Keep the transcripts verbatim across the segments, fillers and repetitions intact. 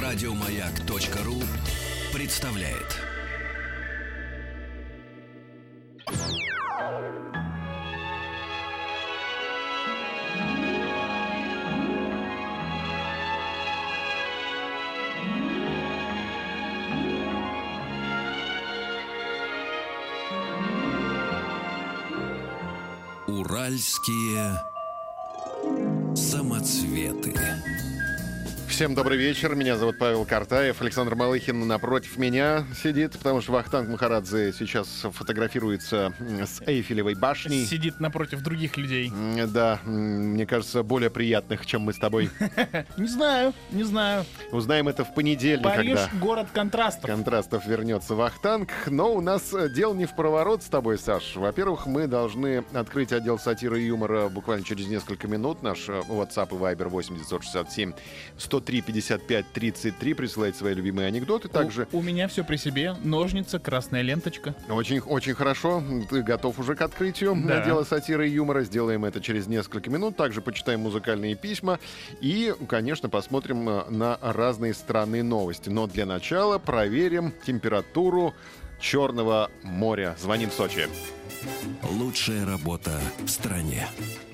Радиомаяк.ру представляет. Уральские самоцветы. Всем добрый вечер, меня зовут Павел Картаев, Александр Малыхин напротив меня сидит, потому что Вахтанг Махарадзе сейчас фотографируется с Эйфелевой башней. Сидит напротив других людей. Да, мне кажется, более приятных, чем мы с тобой. Не знаю, не знаю. Узнаем это в понедельник, Париж, когда город контрастов. контрастов вернется Вахтанг. Но у нас дело не в проворот с тобой, Саш. Во-первых, мы должны открыть отдел сатиры и юмора буквально через несколько минут. Наш WhatsApp и Viber восемь девятьсот шестьдесят семь сто три пятьдесят пять тридцать три. Присылайте свои любимые анекдоты. Также У, у меня все при себе. Ножницы, красная ленточка. Очень, очень хорошо. Ты готов уже к открытию Да. отдела сатиры и юмора. Сделаем это через несколько минут. Также почитаем музыкальные письма. И, конечно, посмотрим на разные странные новости. Но для начала проверим температуру Черного моря. Звоним в Сочи. Лучшая работа в стране.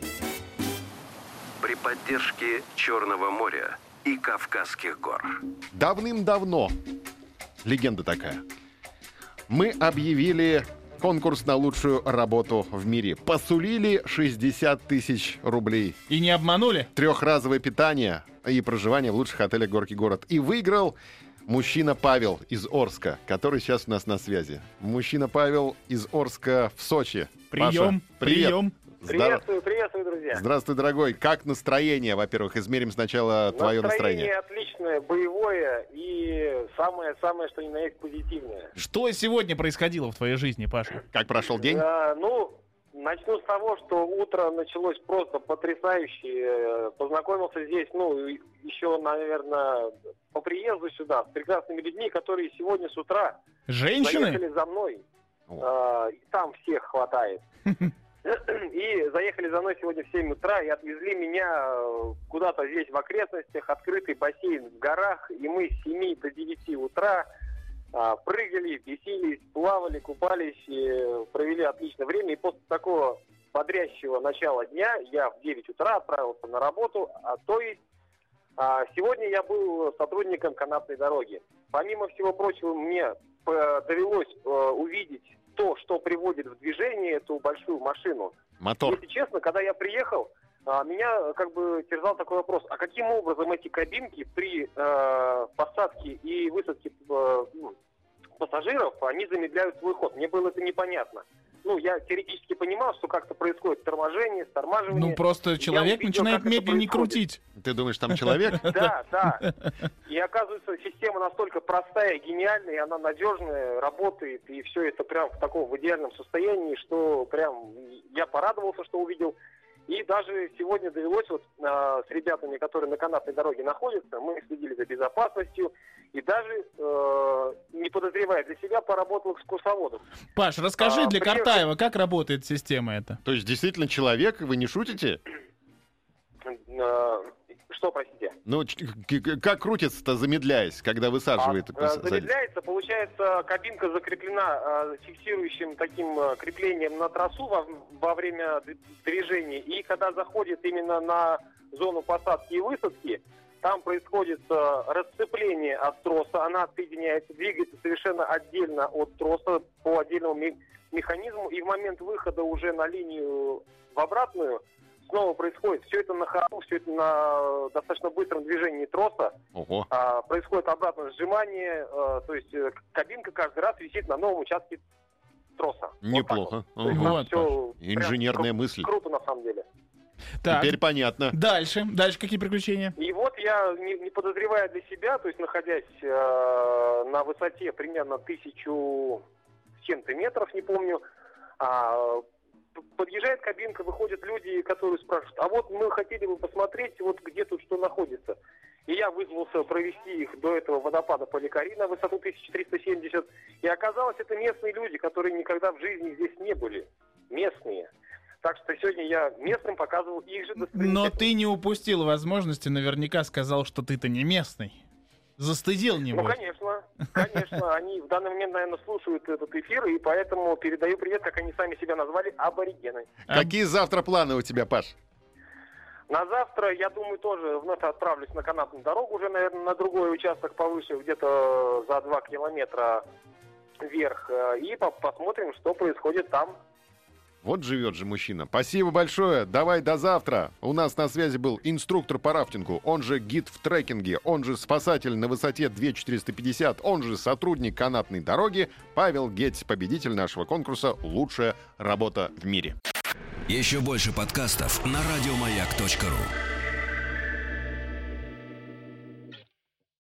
При поддержке Черного моря и Кавказских гор. Давным-давно, легенда такая, мы объявили конкурс на лучшую работу в мире. Посулили шестьдесят тысяч рублей. И не обманули? Трехразовое питание и проживание в лучших отелях Горький город. И выиграл мужчина Павел из Орска, который сейчас у нас на связи. Мужчина Павел из Орска в Сочи. Прием, Паша, привет. прием. Здоров- Приветствую, приветствую, друзья. Здравствуй, дорогой. Как настроение, во-первых? Измерим сначала твое настроение. Настроение отличное, боевое и самое-самое, что ни на есть, позитивное. Что сегодня происходило в твоей жизни, Паша? Как прошел день? А, ну, начну с того, что утро началось просто потрясающе. Э, Познакомился здесь, ну, и- еще, наверное, по приезду сюда с прекрасными людьми, которые сегодня с утра Женщины? заехали за мной. О. А, и там всех хватает. И заехали за мной сегодня в семь утра и отвезли меня э, куда-то здесь в окрестностях, открытый бассейн в горах, и мы с семи до девяти утра а, прыгали, бесились, плавали, купались, и э, провели отличное время. И после такого бодрящего начала дня я в девять утра отправился на работу, а то есть а, сегодня я был сотрудником канатной дороги. Помимо всего прочего, мне э, довелось э, увидеть то, что приводит в движение эту большую машину. Мотор. Если честно, когда я приехал, а, меня как бы терзал такой вопрос: а каким образом эти кабинки при э, посадке и высадке э, ну, пассажиров, они замедляют свой ход? Мне было это непонятно. Ну, я теоретически понимал, что как-то происходит торможение, стормаживание. Ну, просто Я человек увидел, начинает как это медленнее происходит. крутить. Ты думаешь, там человек? Да, да. И оказывается, система настолько простая, гениальная, и она надежная, работает, и все это прям в таком в идеальном состоянии, что прям я порадовался, что увидел. И даже сегодня довелось вот а, с ребятами, которые на канатной дороге находятся, мы следили за безопасностью, и даже, э, не подозревая для себя, поработал экскурсоводом. Паш, расскажи А, для приехал- Картаева, как работает система эта. То есть действительно человек, вы не шутите? Э, Что, простите? Ну, ч- к- к- как крутится-то, замедляясь, когда высаживает? А, э, замедляется, получается, кабинка закреплена э, фиксирующим таким э, креплением на трассу во, во время д- движения. И когда заходит именно на зону посадки и высадки, там происходит э, расцепление от троса. Она отсоединяется, двигается совершенно отдельно от троса по отдельному ме- механизму. И в момент выхода уже на линию в обратную снова происходит все это на ходу, все это на достаточно быстром движении троса. Ого. А, происходит обратное сжимание, а, то есть э, кабинка каждый раз висит на новом участке троса. Неплохо. Вот так вот. То есть Ага. там Вот, всё прям Инженерная кру- мысль. Круто на самом деле. Так, Теперь понятно. дальше. Дальше какие приключения? И вот я, не, не подозревая для себя, то есть находясь э, на высоте примерно тысячу с чем-то метров, не помню, а, п- подъезжает кабинка, выходят люди, которые спрашивают: а вот мы хотели бы посмотреть, вот где тут что находится. И я вызвался провести их до этого водопада Поликари на высоту тысяча триста семьдесят. И оказалось, это местные люди, которые никогда в жизни здесь не были. Местные. Так что сегодня я местным показывал их же достопримечательности. Но ты не упустил возможности, наверняка сказал, что ты-то не местный. Застыдил, Ну, небось. конечно, конечно. Они в данный момент, наверное, слушают этот эфир, и поэтому передаю привет, как они сами себя назвали, аборигены. А- Какие завтра планы у тебя, Паш? На завтра, я думаю, тоже вновь отправлюсь на канатную дорогу, уже, наверное, на другой участок повыше, где-то за два километра вверх, э, и по- посмотрим, что происходит там. Вот живет же мужчина. Спасибо большое. Давай до завтра. У нас на связи был инструктор по рафтингу, он же гид в трекинге, он же спасатель на высоте две тысячи четыреста пятьдесят, он же сотрудник канатной дороги Павел Геть, победитель нашего конкурса «Лучшая работа в мире». Еще больше подкастов на радиомаяк точка ру.